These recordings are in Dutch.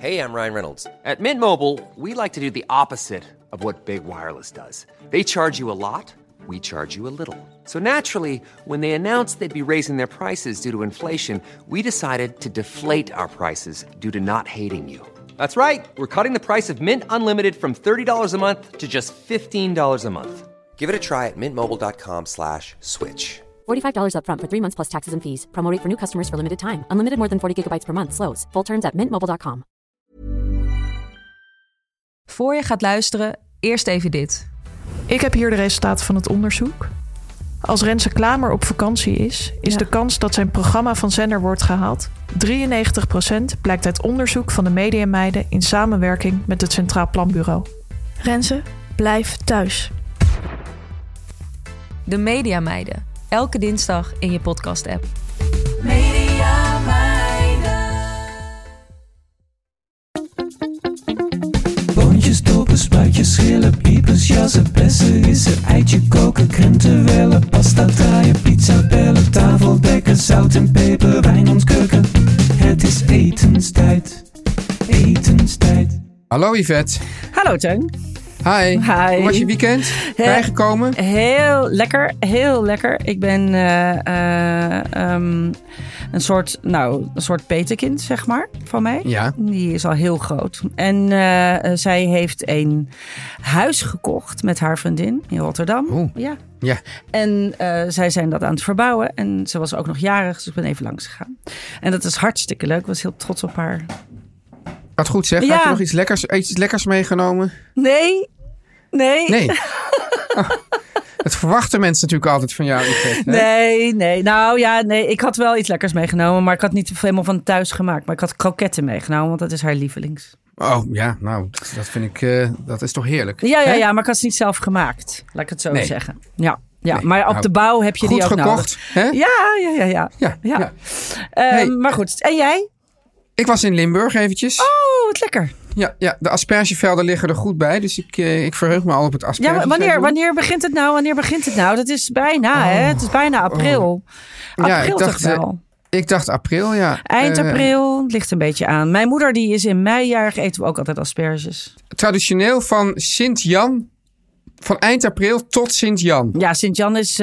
Hey, I'm Ryan Reynolds. At Mint Mobile, we like to do the opposite of what Big Wireless does. They charge you a lot, we charge you a little. So naturally, when they announced they'd be raising their prices due to inflation, we decided to deflate our prices due to not hating you. That's right. We're cutting the price of Mint Unlimited from $30 a month to just $15 a month. Give it a try at mintmobile.com/switch. $45 up front for 3 months plus taxes and fees. Promo rate for new customers for limited time. Unlimited more than 40 gigabytes per month. Slows full terms at mintmobile.com. Voor je gaat luisteren, eerst even dit. Ik heb hier de resultaten van het onderzoek. Als Renze Klamer op vakantie is de kans dat zijn programma van zender wordt gehaald 93%, blijkt uit onderzoek van de Mediameiden in samenwerking met het Centraal Planbureau. Renze, blijf thuis. De Mediameiden. Elke dinsdag in je podcast-app. Boontjes, dopen, spuitjes, schillen, piepers, jassen, bessen, rissen, eitje koken, krenten wellen, pasta draaien, pizza bellen, tafel dekken, zout en peper, wijn ontkurken. Het is etenstijd, etenstijd. Hallo Yvette. Hallo Teun. Hi. Hoe was je weekend? Bijgekomen? Heel lekker. Ik ben een soort petekind, zeg maar, van mij. Ja. Die is al heel groot. En zij heeft een huis gekocht met haar vriendin in Rotterdam. Oeh. Ja. En zij zijn dat aan het verbouwen. En ze was ook nog jarig, dus ik ben even langs gegaan. En dat is hartstikke leuk. Ik was heel trots op haar. Wat goed zeg. Had je nog iets lekkers meegenomen? Nee. Oh. Het verwachten mensen natuurlijk altijd van jou. Yvette, Nee. Nou ja, nee. Ik had wel iets lekkers meegenomen. Maar ik had niet helemaal van thuis gemaakt. Maar ik had kroketten meegenomen. Want dat is haar lievelings. Oh ja, nou dat vind ik, dat is toch heerlijk. Ja, maar ik had ze niet zelf gemaakt. Laat ik het zo zeggen. Ja, nee. Maar op de bouw heb je goed die ook gekocht, nodig. Hè? Ja. Maar goed. En jij? Ik was in Limburg eventjes. Oh, wat lekker. Ja, de aspergevelden liggen er goed bij. Dus ik verheug me al op het aspergeveld. Ja, wanneer begint het nou? Dat is bijna, hè? Het is bijna april. April toch wel? Ik dacht april, ja. Eind april, het ligt een beetje aan. Mijn moeder die is in mei jarig, eten we ook altijd asperges. Traditioneel van Sint-Jan, van eind april tot Sint-Jan. Ja, Sint-Jan is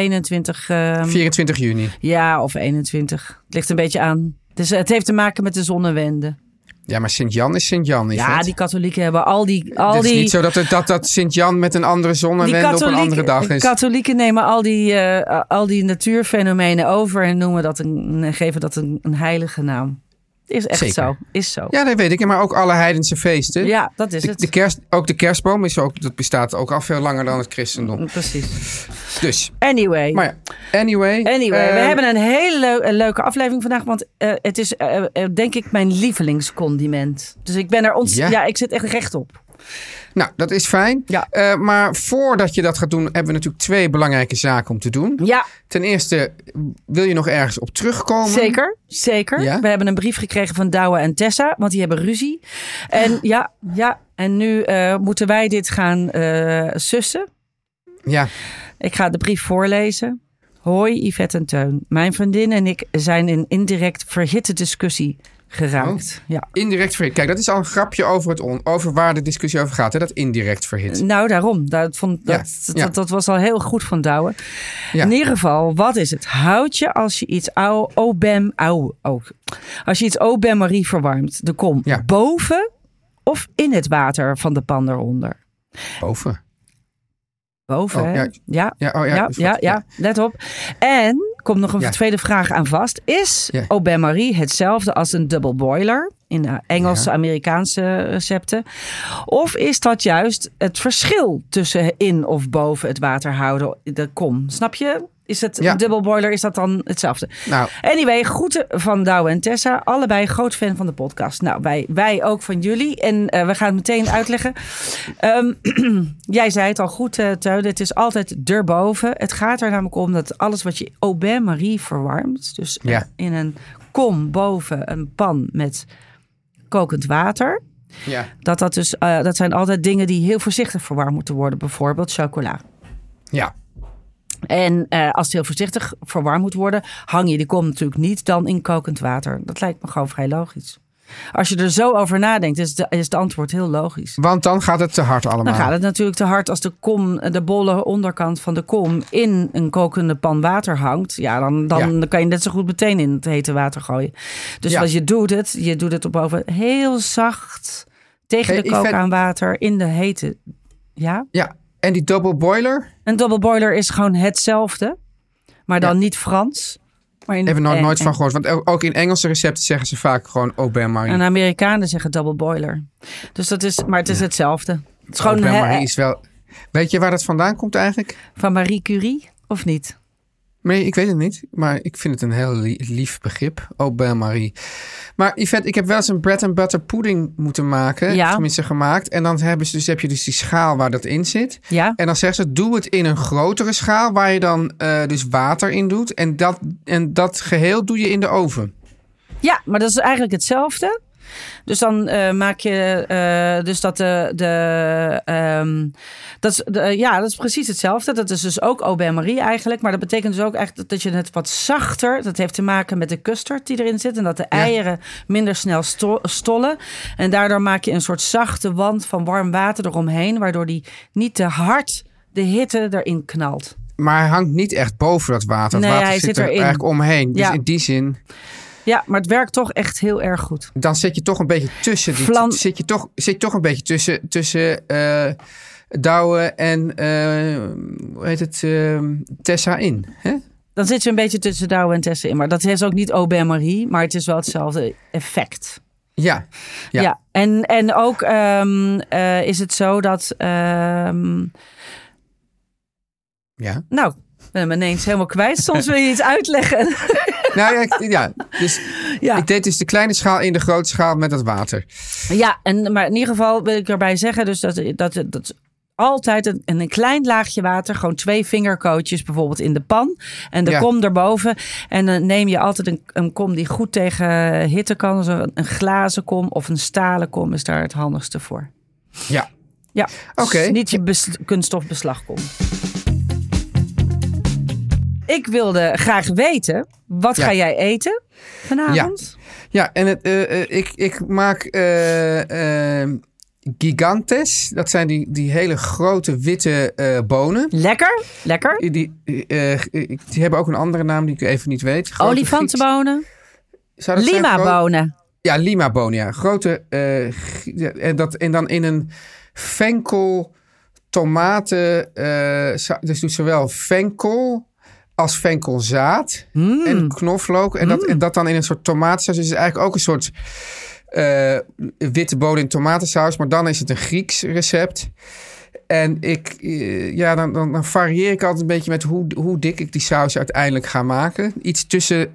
24 juni. Ja, of 21. Het ligt een beetje aan. Dus het heeft te maken met de zonnewende. Ja, maar Sint-Jan is Sint-Jan, is ja, het? Die katholieken hebben al die... Het is niet zo dat Sint-Jan met een andere zonnewende op een andere dag is. Katholieken nemen al die natuurfenomenen over en geven dat een heilige naam. Is echt Zeker. zo. Is zo. Ja, dat weet ik. Maar ook alle heidense feesten. Ja, dat is het. Ook de kerstboom dat bestaat ook al veel langer dan het christendom. Precies. Dus. Anyway. We hebben een hele leuke aflevering vandaag. Want het is denk ik mijn lievelingscondiment. Dus ik ben er ik zit echt recht op. Nou, dat is fijn. Ja. Maar voordat je dat gaat doen, hebben we natuurlijk 2 belangrijke zaken om te doen. Ja. Ten eerste, wil je nog ergens op terugkomen? Zeker. Ja? We hebben een brief gekregen van Douwe en Tessa, want die hebben ruzie. En en nu moeten wij dit gaan sussen. Ja. Ik ga de brief voorlezen. Hoi Yvette en Teun. Mijn vriendin en ik zijn in indirect verhitte discussie geraakt. Ja. Indirect verhit. Kijk, dat is al een grapje over waar de discussie over gaat. Hè? Dat indirect verhit. Nou, daarom. Dat was al heel goed van Douwe. Ja. In ieder geval, wat is het? Houd je als je iets als je iets au bain-marie verwarmt, de kom boven of in het water van de pan eronder? Boven. Hè? Ja. Let op. En komt nog een tweede vraag aan vast. Is au bain-marie hetzelfde als een double boiler in Engelse-Amerikaanse recepten? Of is dat juist het verschil tussen in of boven het water houden de kom? Snap je? Is het een double boiler? Is dat dan hetzelfde? Nou. Anyway, groeten van Douwe en Tessa. Allebei groot fan van de podcast. Nou, wij ook van jullie. En we gaan het meteen uitleggen. Jij zei het al goed, Teun. Het is altijd erboven. Het gaat er namelijk om dat alles wat je au bain-marie verwarmt. Dus in een kom boven een pan met kokend water. Ja. Dat zijn altijd dingen die heel voorzichtig verwarmd moeten worden. Bijvoorbeeld chocola. Ja. En als het heel voorzichtig verwarmd moet worden, hang je die kom natuurlijk niet dan in kokend water. Dat lijkt me gewoon vrij logisch. Als je er zo over nadenkt, is het antwoord heel logisch. Want dan gaat het te hard allemaal. Dan gaat het natuurlijk te hard als de bolle onderkant van de kom in een kokende pan water hangt. Ja, dan kan je net zo goed meteen in het hete water gooien. Dus wat je doet het op boven heel zacht tegen de kook aan water in de hete. Ja? Ja, en die double boiler? Een double boiler is gewoon hetzelfde, maar dan niet Frans. Hebben we nooit van gehoord. Want ook in Engelse recepten zeggen ze vaak gewoon au bain-marie. En Amerikanen zeggen double boiler. Dus dat is, maar het is hetzelfde. Het is gewoon au bain-marie is wel. Weet je waar dat vandaan komt eigenlijk? Van Marie Curie of niet? Nee, ik weet het niet. Maar ik vind het een heel lief begrip. Au bain-marie. Maar Yvette, ik heb wel eens een bread and butter pudding moeten maken. Ja. Tenminste gemaakt. En dan heb je dus die schaal waar dat in zit. Ja. En dan zeggen ze, doe het in een grotere schaal. Waar je dan dus water in doet. En dat geheel doe je in de oven. Ja, maar dat is eigenlijk hetzelfde. Dus dan maak je dus dat dat is precies hetzelfde. Dat is dus ook au bain-marie eigenlijk. Maar dat betekent dus ook echt dat je het wat zachter. Dat heeft te maken met de custard die erin zit. En dat de eieren minder snel stollen. En daardoor maak je een soort zachte wand van warm water eromheen. Waardoor die niet te hard de hitte erin knalt. Maar hij hangt niet echt boven dat water. Het water zit er eigenlijk omheen. Dus in die zin... Ja, maar het werkt toch echt heel erg goed. Dan zit je toch een beetje tussen zit toch een beetje tussen Douwe en hoe heet het, Tessa in. Hè? Dan zit je een beetje tussen Douwe en Tessa in. Maar dat is ook niet au bain-marie, maar het is wel hetzelfde effect. Ja. En ook is het zo dat... Nou, ik ben hem ineens helemaal kwijt. Soms wil je iets uitleggen. Nou dus ik deed dus de kleine schaal in de grote schaal met het water. Ja, maar in ieder geval wil ik erbij zeggen dus dat altijd een klein laagje water, gewoon 2 vingerkootjes bijvoorbeeld in de pan en de kom erboven. En dan neem je altijd een kom die goed tegen hitte kan. Dus een glazen kom of een stalen kom is daar het handigste voor. Ja. Oké. Dus niet je kunststofbeslagkom. Ik wilde graag weten, wat ga jij eten vanavond? Ja, en ik maak gigantes. Dat zijn die hele grote witte bonen. Lekker. Die hebben ook een andere naam die ik even niet weet. Olifantenbonen. Lima-bonen. Ja, lima-bonen, ja. Grote. En dan in een venkel tomaten. Dus doet zowel venkel als venkelzaad en knoflook. En dat dan in een soort tomatensaus. Dus het is eigenlijk ook een soort witte bonen in tomatensaus. Maar dan is het een Grieks recept. En dan varieer ik altijd een beetje met hoe dik ik die saus uiteindelijk ga maken. Iets tussen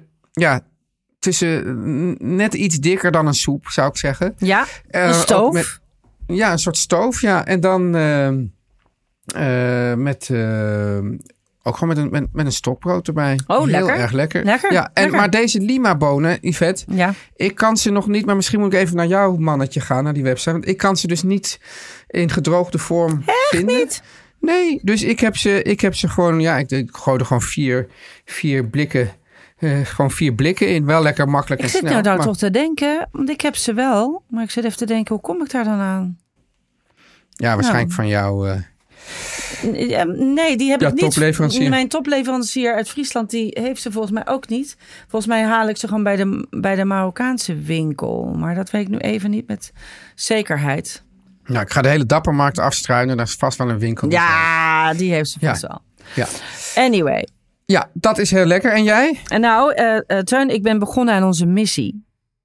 net iets dikker dan een soep, zou ik zeggen. Ja, een stoof. Een soort stoof, ja. En dan ook gewoon met een stokbrood erbij. Oh, heel lekker. Erg lekker. Ja, maar deze lima-bonen, Yvette, ik kan ze nog niet, maar misschien moet ik even naar jouw mannetje gaan, naar die website. Want ik kan ze dus niet in gedroogde vorm vinden. Niet? Nee, dus ik heb ze gewoon, ik gooi er gewoon vier blikken. Gewoon 4 blikken in. Wel lekker makkelijk en snel. Ik zit nou toch te denken, want ik heb ze wel. Maar ik zit even te denken, hoe kom ik daar dan aan? Ja, waarschijnlijk van jou. Nee, die heb ik niet. Topleverancier. Mijn topleverancier uit Friesland, die heeft ze volgens mij ook niet. Volgens mij haal ik ze gewoon bij de Marokkaanse winkel. Maar dat weet ik nu even niet met zekerheid. Nou, ik ga de hele Dappermarkt afstruinen. Daar is vast wel een winkel. Ja, die heeft ze vast wel. Ja. Anyway. Ja, dat is heel lekker. En jij? En nou, Teun, ik ben begonnen aan onze missie.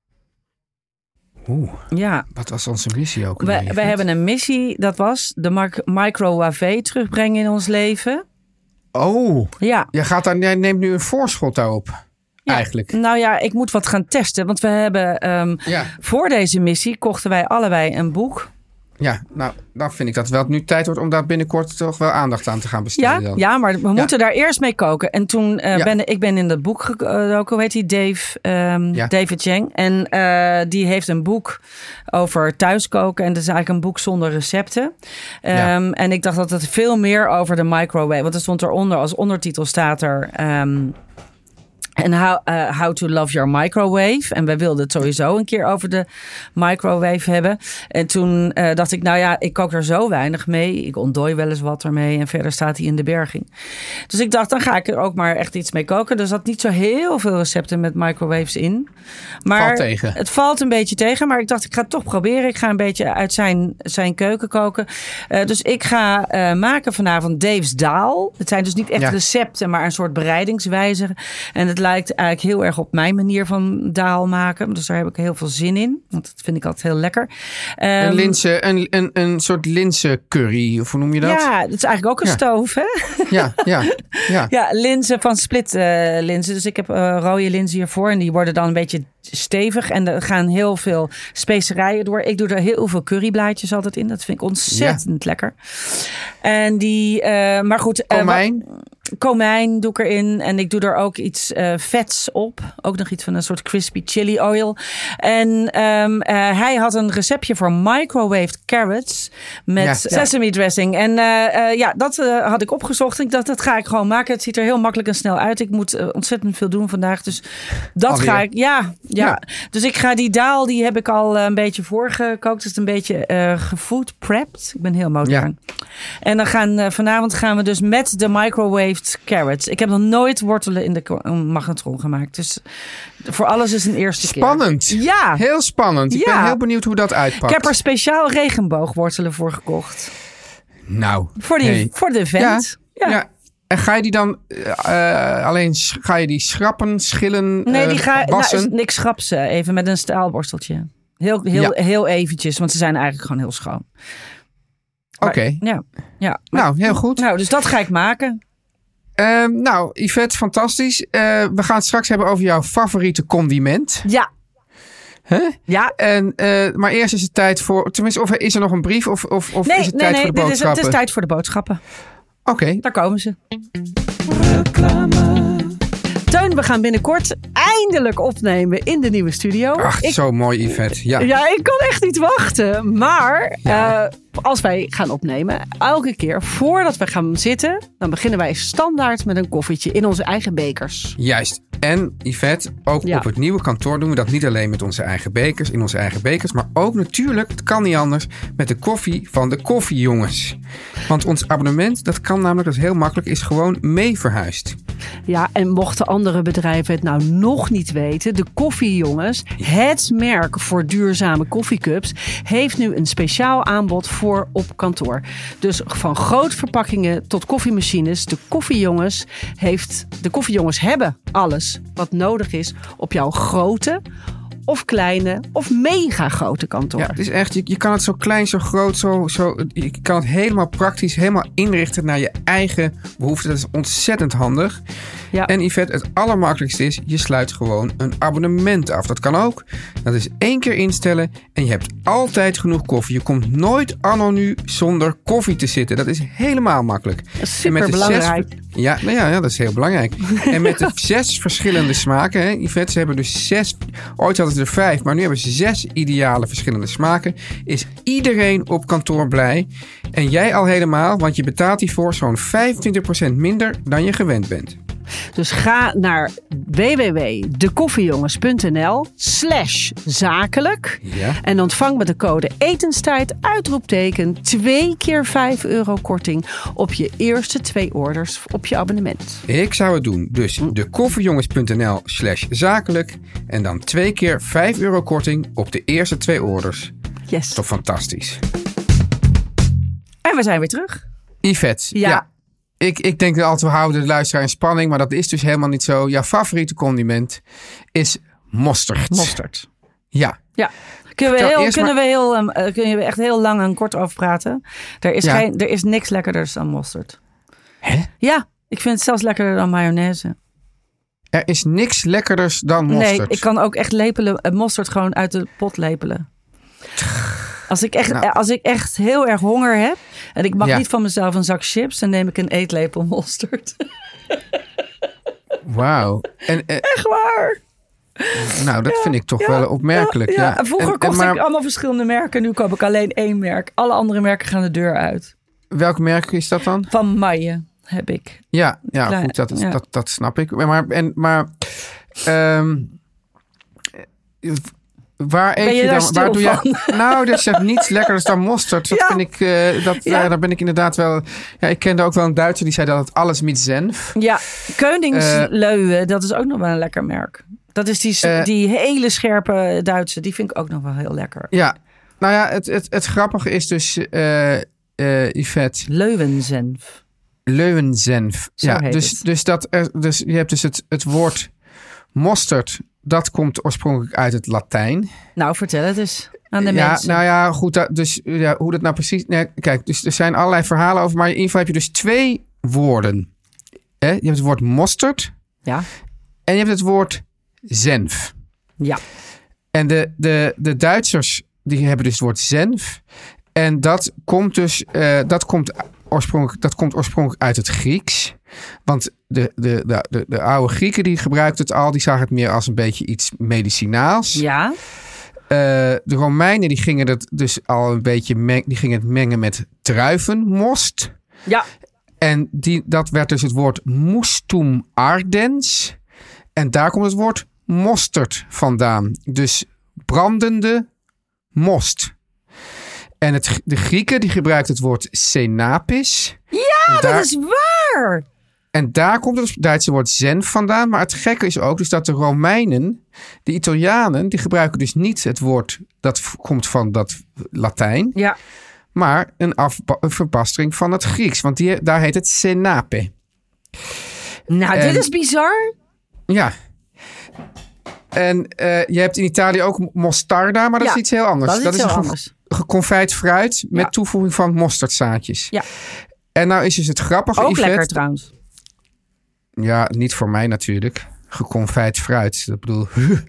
Ja. Wat was onze missie ook? We hebben een missie, dat was de microwave terugbrengen in ons leven. Oh. Ja. Jij neemt nu een voorschot daarop. Ja. Eigenlijk. Nou ja, ik moet wat gaan testen. Want we hebben voor deze missie kochten wij allebei een boek. Ja, nou, dan vind ik dat wel nu tijd wordt om daar binnenkort toch wel aandacht aan te gaan besteden. Ja, maar we moeten daar eerst mee koken. En toen ben in dat boek gekomen, hoe heet die? David Chang. En die heeft een boek over thuiskoken. En dat is eigenlijk een boek zonder recepten. En ik dacht dat het veel meer over de microwave. Want er stond eronder, als ondertitel staat er... En how to love your microwave. En wij wilden het sowieso een keer over de microwave hebben. En toen dacht ik, ik kook er zo weinig mee. Ik ontdooi wel eens wat ermee. En verder staat hij in de berging. Dus ik dacht, dan ga ik er ook maar echt iets mee koken. Er zat niet zo heel veel recepten met microwaves in. Maar valt tegen. Het valt een beetje tegen. Maar ik dacht, ik ga het toch proberen. Ik ga een beetje uit zijn keuken koken. Dus ik ga maken vanavond Dave's Daal. Het zijn dus niet echt recepten, maar een soort bereidingswijze. En het lijkt eigenlijk heel erg op mijn manier van daal maken. Dus daar heb ik heel veel zin in. Want dat vind ik altijd heel lekker. Een soort linzencurry, of hoe noem je dat? Ja, dat is eigenlijk ook een stoof, hè? Ja. Ja, linzen van split linzen. Dus ik heb rode linzen hiervoor. En die worden dan een beetje stevig. En er gaan heel veel specerijen door. Ik doe er heel veel curryblaadjes altijd in. Dat vind ik ontzettend lekker. En maar goed. Komijn doe ik erin. En ik doe er ook iets vets op. Ook nog iets van een soort crispy chili oil. En hij had een receptje voor microwaved carrots met sesame dressing. En dat had ik opgezocht. Ik dacht, dat ga ik gewoon maken. Het ziet er heel makkelijk en snel uit. Ik moet ontzettend veel doen vandaag. Dus dat ga ik. Ja. Dus ik ga die daal, die heb ik al een beetje voorgekookt. Het is een beetje gefood prepped. Ik ben heel modern. Ja. En dan vanavond gaan we dus met de microwaved carrots. Ik heb nog nooit wortelen in de magnetron gemaakt. Dus voor alles is een eerste keer. Spannend. Ja. Heel spannend. Ik ben heel benieuwd hoe dat uitpakt. Ik heb er speciaal regenboogwortelen voor gekocht. Nou. Voor de event. Ja. En ga je die dan ga je die schrappen, schillen, wassen? Ik schrap ze even met een staalborsteltje. Heel eventjes, want ze zijn eigenlijk gewoon heel schoon. Oké. Ja. Nou, heel goed. Nou, dus dat ga ik maken. Yvette, fantastisch. We gaan het straks hebben over jouw favoriete condiment. Ja. Huh? Ja. Maar eerst is het tijd voor... Tenminste, of is er nog een brief of is het tijd voor de boodschappen? Het is tijd voor de boodschappen. Oké. Daar komen ze. Reclame. Teun, we gaan binnenkort eindelijk opnemen in de nieuwe studio. Ach, zo mooi, Yvette. Ja, ik kan echt niet wachten. Maar als wij gaan opnemen, elke keer voordat we gaan zitten, dan beginnen wij standaard met een koffietje in onze eigen bekers. Juist. En Yvette, ook op het nieuwe kantoor doen we dat niet alleen met onze eigen bekers, in onze eigen bekers, maar ook natuurlijk, het kan niet anders, met de koffie van de koffiejongens. Want ons abonnement, dat kan namelijk, dat is heel makkelijk, is gewoon mee verhuisd. Ja, en mochten andere bedrijven het nou nog niet weten, de Koffiejongens, het merk voor duurzame koffiecups, heeft nu een speciaal aanbod voor op kantoor. Dus van grootverpakkingen tot koffiemachines, de Koffiejongens hebben alles wat nodig is op jouw grote of kleine of mega grote kantoor. Ja, het is echt, je kan het zo klein, zo groot, je kan het helemaal praktisch, helemaal inrichten naar je eigen behoeften. Dat is ontzettend handig. Ja. En Yvette, het allermakkelijkste is, je sluit gewoon een abonnement af. Dat kan ook. Dat is 1 keer instellen en je hebt altijd genoeg koffie. Je komt nooit anno nu zonder koffie te zitten. Dat is helemaal makkelijk. Dat is super belangrijk. Ja, dat is heel belangrijk. En met de 6 verschillende smaken, hè, Yvette, ze hebben dus 6, ooit hadden ze er 5, maar nu hebben ze 6 ideale verschillende smaken. Is iedereen op kantoor blij. En jij al helemaal, want je betaalt hiervoor zo'n 25% minder dan je gewend bent. Dus ga naar www.dekoffiejongens.nl/zakelijk en ontvang met de code etenstijd uitroepteken 2 keer €5 korting op je eerste 2 orders op je abonnement. Ik zou het doen. Dus dekoffiejongens.nl/zakelijk en dan 2 keer €5 korting op de eerste 2 orders. Yes. Toch fantastisch. En we zijn weer terug. Yvette, ja. Ik denk dat altijd we houden de luisteraar in spanning, maar dat is dus helemaal niet zo. Jouw favoriete condiment is mosterd. Mosterd. Ja. Kunnen we echt heel lang en kort over praten? Er is niks lekkerder dan mosterd. Hè? Ja, ik vind het zelfs lekkerder dan mayonaise. Er is niks lekkerders dan mosterd. Nee, ik kan ook echt mosterd gewoon uit de pot lepelen. Als ik echt heel erg honger heb en ik mag niet van mezelf een zak chips, dan neem ik een eetlepel mosterd. Wauw. Echt waar. Nou, dat vind ik toch wel opmerkelijk. Ja. Vroeger kocht ik allemaal verschillende merken. Nu koop ik alleen 1 merk. Alle andere merken gaan de deur uit. Welk merk is dat dan? Van Maille. heb ik. Ja, goed, dat snap ik. Waar eet je dan? Waar doe je? Nou, dat is niets lekkers dan mosterd. Dat vind ik. Daar ben ik inderdaad wel. Ja, ik kende ook wel een Duitser die zei dat het alles met senf. Ja, Koningsleuwe, dat is ook nog wel een lekker merk. Dat is die hele scherpe Duitse. Die vind ik ook nog wel heel lekker. Ja, nou ja, het grappige is dus, Yvette. Leuwensenf. Ja, dus je hebt dus het woord mosterd. Dat komt oorspronkelijk uit het Latijn. Nou, vertel het eens aan de mensen. Nou ja, goed. Hoe dat nou precies... Nee, kijk, dus er zijn allerlei verhalen over. Maar in ieder geval heb je dus 2 woorden. Je hebt het woord mosterd. Ja. En je hebt het woord senf. Ja. En de Duitsers, die hebben dus het woord senf. En dat komt dus... Dat komt oorspronkelijk uit het Grieks. Want de oude Grieken die gebruikten het al. Die zagen het meer als een beetje iets medicinaals. Ja. De Romeinen die gingen het dus al een beetje die gingen het mengen met druivenmost. Ja. En dat werd dus het woord mustum ardens. En daar komt het woord mosterd vandaan. Dus brandende most. En de Grieken die gebruikten het woord senapis. Ja, dat is waar. En daar komt het Duitse woord senf vandaan. Maar het gekke is ook dus dat de Romeinen, de Italianen, die gebruiken dus niet het woord dat komt van dat Latijn. Ja. Maar een verbastering van het Grieks. Want daar heet het senape. Nou, dit is bizar. Ja. En je hebt in Italië ook mostarda, maar dat is iets heel anders. Dat is heel anders. Geconfijt fruit met toevoeging van mosterdzaadjes. Ja. En nou is dus het grappige... Ook Yvette, lekker trouwens. Ja, niet voor mij natuurlijk. Geconfijt fruit. Dat bedoel...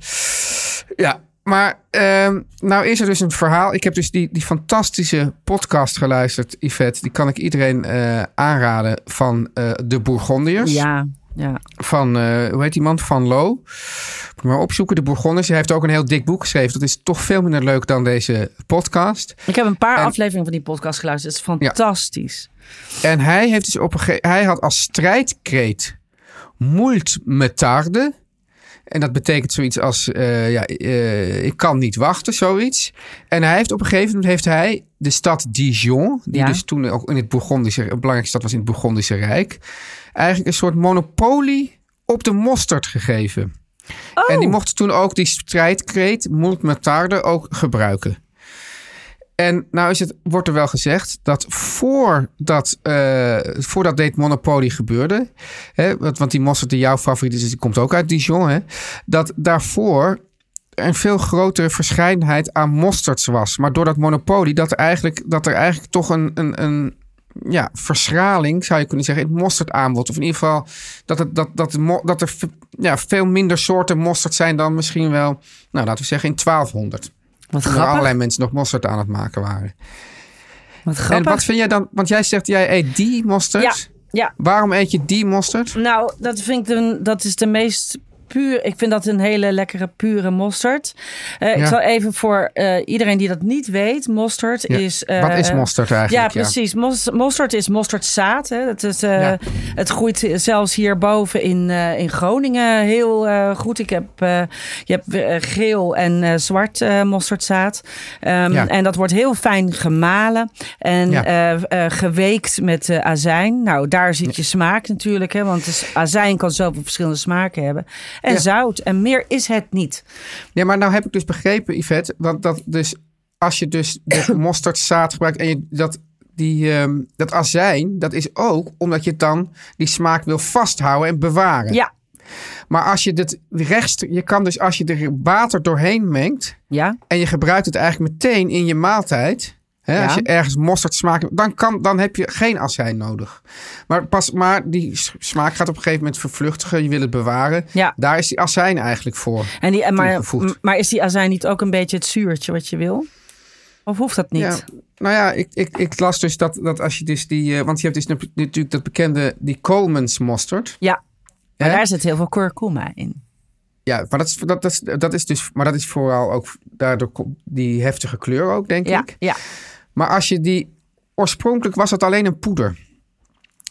Ja, maar nou is er dus een verhaal. Ik heb dus die fantastische podcast geluisterd, Yvette. Die kan ik iedereen aanraden van de Bourgondiërs. Ja. Van, hoe heet die man? Van Loo. Maar opzoeken, de Bourgondiërs. Hij heeft ook een heel dik boek geschreven. Dat is toch veel minder leuk dan deze podcast. Ik heb een paar afleveringen van die podcast geluisterd. Het is fantastisch. Ja. En hij heeft dus hij had als strijdkreet mult me tarde. En dat betekent zoiets als ik kan niet wachten, zoiets. En hij heeft op een gegeven moment de stad Dijon, die dus toen ook in het Bourgondische, een belangrijke stad was in het Bourgondische Rijk, eigenlijk een soort monopolie op de mosterd gegeven. Oh. En die mochten toen ook die strijdkreet mult me tarde ook gebruiken. En nou wordt er wel gezegd dat voordat dit monopolie gebeurde, want die mosterd die jouw favoriet is, die komt ook uit Dijon, dat daarvoor een veel grotere verscheidenheid aan mostards was. Maar door dat monopolie dat er eigenlijk toch een verschraling, zou je kunnen zeggen, in het mosterdaanbod. Of in ieder geval dat er veel minder soorten mosterd zijn dan misschien wel, nou laten we zeggen in 1200. Wat grappig. Waar allerlei mensen nog mosterd aan het maken waren. Wat grappig. En wat vind jij dan? Want jij zegt, jij eet die mosterd. Ja. Waarom eet je die mosterd? Nou, dat is de meest puur. Ik vind dat een hele lekkere pure mosterd. Ik zal even voor iedereen die dat niet weet. Mosterd is... Wat is mosterd eigenlijk? Ja, precies. Mosterd is mosterdzaad. Het groeit zelfs hierboven in Groningen heel goed. Je hebt geel en zwart mosterdzaad. En dat wordt heel fijn gemalen. En geweekt met azijn. Nou, daar zit je smaak natuurlijk. Want azijn kan zoveel verschillende smaken hebben. En zout. En meer is het niet. Ja, maar nou heb ik dus begrepen, Yvette, dat dus als je dus de mosterdzaad gebruikt en dat azijn, dat is ook omdat je dan die smaak wil vasthouden en bewaren. Ja. Maar als je je kan dus als je er water doorheen mengt en je gebruikt het eigenlijk meteen in je maaltijd. Als je ergens mosterd smaakt, dan heb je geen azijn nodig. Maar die smaak gaat op een gegeven moment vervluchtigen. Je wil het bewaren. Ja. Daar is die azijn eigenlijk voor. Maar is die azijn niet ook een beetje het zuurtje wat je wil? Of hoeft dat niet? Ja, nou ja, ik las dus dat als je dus want je hebt dus natuurlijk dat bekende, die Coleman's mosterd. Ja, maar daar zit heel veel kurkuma in. Ja, maar dat is vooral ook daardoor die heftige kleur ook, denk ik. Ja. Maar als je oorspronkelijk was het alleen een poeder.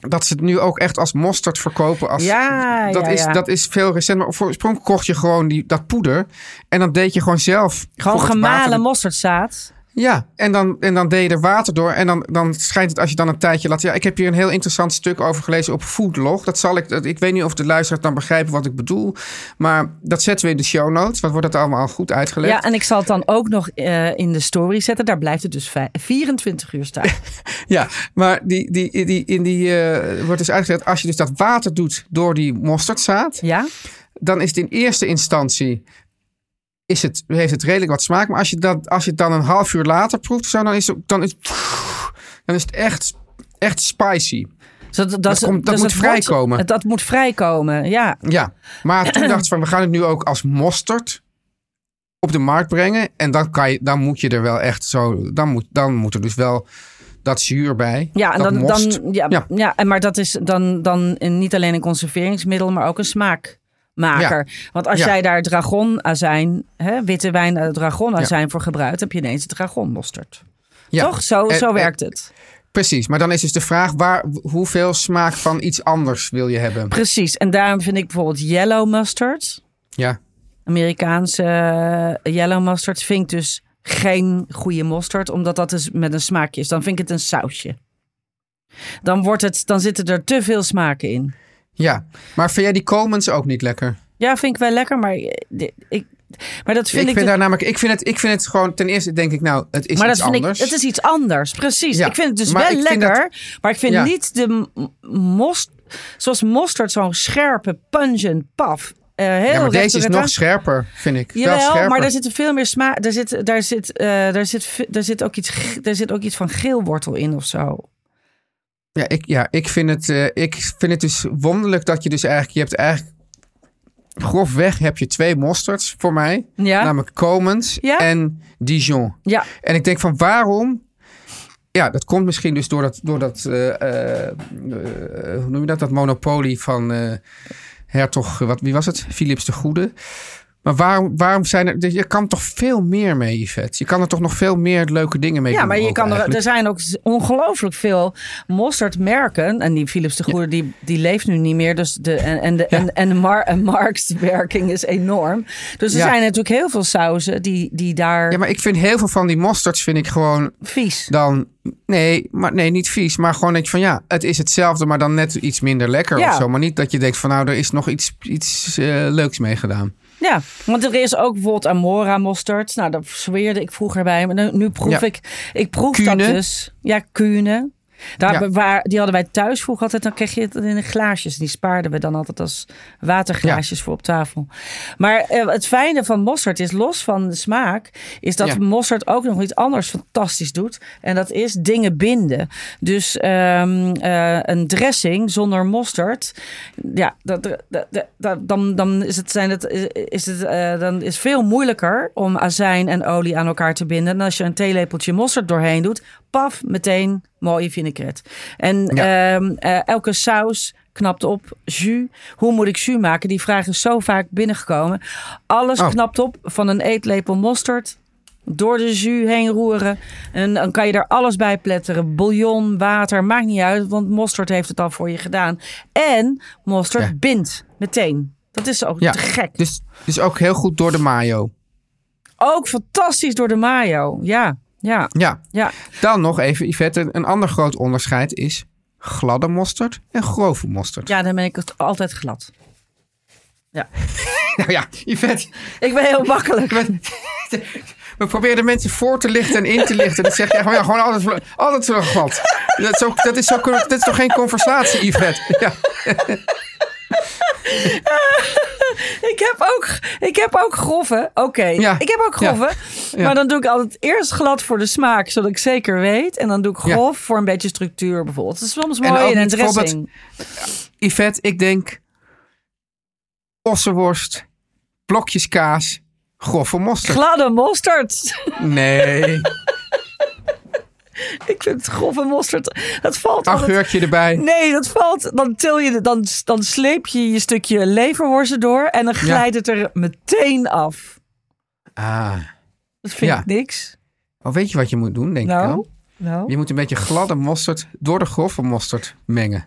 dat ze het nu ook echt als mosterd verkopen. Dat is veel recent. Maar oorspronkelijk kocht je gewoon dat poeder. En dan deed je gewoon zelf. Gewoon gemalen mosterdzaad. Ja, en dan deed je er water door. En dan schijnt het als je dan een tijdje laat... Ja, ik heb hier een heel interessant stuk over gelezen op Foodlog. Ik weet niet of de luisteraars dan begrijpen wat ik bedoel. Maar dat zetten we in de show notes. Want wordt het allemaal goed uitgelegd. Ja, en ik zal het dan ook nog in de story zetten. Daar blijft het dus 24 uur staan. Ja, maar die wordt dus uitgelegd... Als je dus dat water doet door die mosterdzaad... Ja? Dan is het in eerste instantie... heeft het redelijk wat smaak. Maar als je het dan een half uur later proeft... dan is het echt spicy. Dat moet vrijkomen. Dat moet vrijkomen, ja. Ja, maar toen dacht ze we gaan het nu ook als mosterd op de markt brengen. En dan moet je er wel echt zo... Dan moet er dus wel dat zuur bij. Ja, en maar dat is dan niet alleen een conserveringsmiddel... maar ook een smaak. Ja. Want als jij daar dragonazijn, witte wijn dragonazijn voor gebruikt, heb je ineens dragonmosterd. Ja. Toch? Zo werkt het. Precies, maar dan is dus de vraag hoeveel smaak van iets anders wil je hebben? Precies, en daarom vind ik bijvoorbeeld yellow mustard. Ja. Amerikaanse yellow mustard vind ik dus geen goede mosterd, omdat dat dus met een smaakje is. Dan vind ik het een sausje. Dan zitten er te veel smaken in. Ja, maar vind jij die Comans ook niet lekker? Ja, vind ik wel lekker, maar dat vind ik... Ik vind het gewoon, ten eerste denk ik, het is iets anders. Het is iets anders, precies. Ja, ik vind het dus wel lekker, maar ik vind niet zoals mosterd zo'n scherpe, pungent paf. Maar deze is nog scherper, vind ik. Jawel, wel scherper. Maar daar zit veel meer smaak. Daar zit ook iets van geelwortel in of zo. Ik vind het dus wonderlijk dat je dus eigenlijk... Je hebt eigenlijk grofweg heb je 2 mostards voor mij. Ja. Namelijk Comans en Dijon. Ja. En ik denk van waarom... Ja, dat komt misschien dus door dat hoe noem je dat? Dat monopolie van hertog... Wie was het? Philips de Goede. Maar waarom zijn er... Je kan toch veel meer mee, Yvette? Je kan er toch nog veel meer leuke dingen mee doen? Ja, maar er zijn ook ongelooflijk veel mosterdmerken. En die Philips de Goede, die leeft nu niet meer. Dus de marktwerking is enorm. Dus er zijn natuurlijk heel veel sauzen die daar... Ja, maar ik vind heel veel van die mostards vind ik gewoon... Vies. Nee, niet vies. Maar gewoon denk je van het is hetzelfde, maar dan net iets minder lekker of zo. Maar niet dat je denkt van er is nog iets leuks mee gedaan. Ja, want er is ook bijvoorbeeld Amora mosterd. Nou, dat zweerde ik vroeger bij. Maar nu proef ik proef Kuhne. Dat dus. Ja, Kuhne. Die hadden wij thuis vroeger altijd. Dan kreeg je het in glaasjes. Die spaarden we dan altijd als waterglaasjes voor op tafel. Maar het fijne van mosterd is, los van de smaak, is dat mosterd ook nog iets anders fantastisch doet. En dat is dingen binden. Dus een dressing zonder mosterd. Ja, dan is veel moeilijker om azijn en olie aan elkaar te binden. En als je een theelepeltje mosterd doorheen doet, paf, meteen mooie vinaigrette. En elke saus knapt op. Jus. Hoe moet ik jus maken? Die vraag is zo vaak binnengekomen. Alles knapt op van een eetlepel mosterd. Door de jus heen roeren. En dan kan je er alles bij pletteren. Bouillon, water, maakt niet uit. Want mosterd heeft het al voor je gedaan. En mosterd bindt meteen. Dat is ook te gek. Dus ook heel goed door de mayo. Ook fantastisch door de mayo. Ja. Dan nog even, Yvette, een ander groot onderscheid is gladde mosterd en grove mosterd. Ja, dan ben ik het altijd glad. Ja. Nou ja, Yvette. Ik ben heel makkelijk. We proberen de mensen voor te lichten en in te lichten. Dat zeg je gewoon altijd zo glad. Dat is toch geen conversatie, Yvette? Ja. Ik heb ook grove. Oké. Ja. Ik heb ook grove. Ja. Maar dan doe ik altijd eerst glad voor de smaak, zodat ik zeker weet. En dan doe ik grof voor een beetje structuur bijvoorbeeld. Het is soms mooi in een dressing. Yvette, ik denk ossenworst, blokjes kaas, grove mosterd. Gladde mosterd. Nee. Ik vind het grove mosterd. Het valt augurkje erbij. Nee, dat valt. Dan sleep je je stukje leverworsten door en dan glijdt het er meteen af. Dat vind ik niks. Weet je wat je moet doen, denk ik dan? Nou. Je moet een beetje gladde mosterd door de grove mosterd mengen.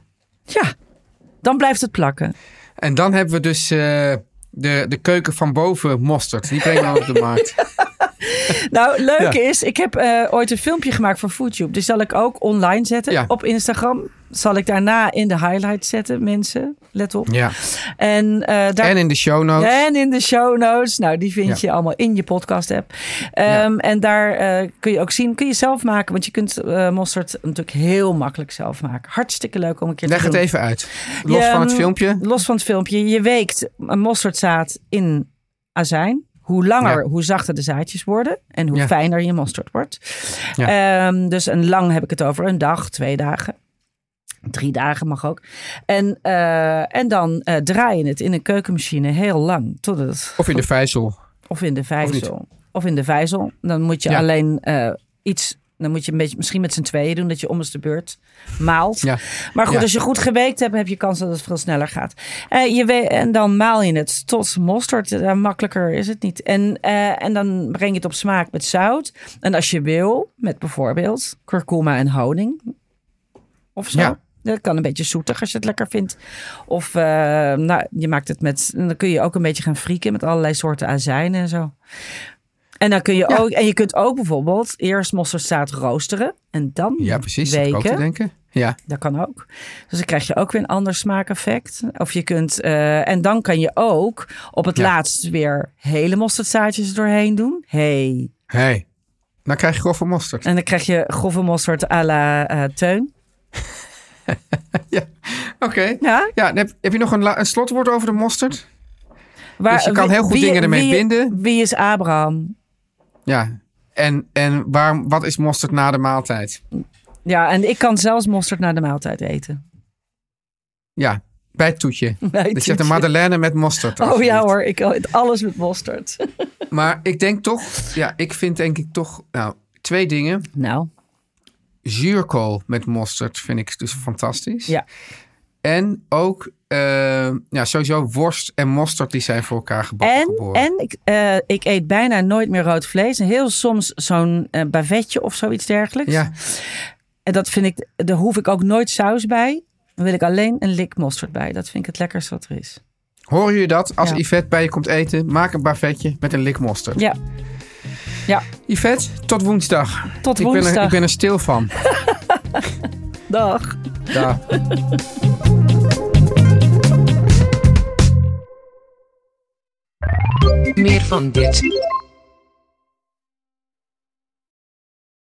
Ja, dan blijft het plakken. En dan hebben we dus de keuken van boven mosterd. Die brengen we op de markt. Nou, leuk is, ik heb ooit een filmpje gemaakt voor FoodTube. Die zal ik ook online zetten op Instagram. Zal ik daarna in de highlights zetten, mensen. Let op. Ja. En in de show notes. En in de show notes. Nou, die vind je allemaal in je podcast app. En daar kun je ook zien, kun je zelf maken. Want je kunt mosterd natuurlijk heel makkelijk zelf maken. Hartstikke leuk om een keer te doen. Leg het even uit. Los van het filmpje. Los van het filmpje. Je weekt een mosterdzaad in azijn. Hoe langer, hoe zachter de zaadjes worden. En hoe fijner je mosterd wordt. Ja. Dus een lang heb ik het over. Een dag, 2 dagen. 3 dagen mag ook. En dan draai je het in een keukenmachine heel lang. Tot het of in de vijzel. Of in de vijzel. Dan moet je alleen Dan moet je een beetje misschien met z'n tweeën doen. Dat je om eens de beurt maalt. Ja. Maar goed, als je goed geweekt hebt, heb je kans dat het veel sneller gaat. En dan maal je het tot mosterd. Makkelijker is het niet. En dan breng je het op smaak met zout. En als je wil, met bijvoorbeeld kurkuma en honing. Of zo. Ja. Dat kan een beetje zoetig als je het lekker vindt. Of je maakt het met... Dan kun je ook een beetje gaan frieken met allerlei soorten azijnen en zo. En dan kun je ook... En je kunt ook bijvoorbeeld eerst mosterdzaad roosteren. En dan precies, weken. Dat ook te denken. Ja. Dat kan ook. Dus dan krijg je ook weer een ander smaakeffect. Of je kunt... en dan kan je ook op het laatst weer hele mosterdzaadjes doorheen doen. Hey. Dan krijg je grove mosterd. En dan krijg je grove mosterd à la Teun. Oké. Ja, heb je nog een slotwoord over de mosterd? Dus je kan heel goed dingen ermee binden. Wie is Abraham? Ja, en wat is mosterd na de maaltijd? Ja, en ik kan zelfs mosterd na de maaltijd eten. Ja, bij het toetje. Dus je hebt een madeleine met mosterd. Oh ja hoor, ik eet alles met mosterd. Maar ik denk toch, ik vind denk ik toch 2 dingen. Nou. Zuurkool met mosterd vind ik dus fantastisch. Ja. En ook sowieso worst en mosterd die zijn voor elkaar geboren. En ik eet bijna nooit meer rood vlees. En heel soms zo'n bavetje of zoiets dergelijks. Ja. En dat vind ik, daar hoef ik ook nooit saus bij. Dan wil ik alleen een lik mosterd bij. Dat vind ik het lekkerste wat er is. Hoor je dat? Als Yvette bij je komt eten, maak een bavetje met een lik mosterd. Ja. Yvette, tot woensdag. Tot woensdag. Ik ben er stil van. Dag. Meer van dit.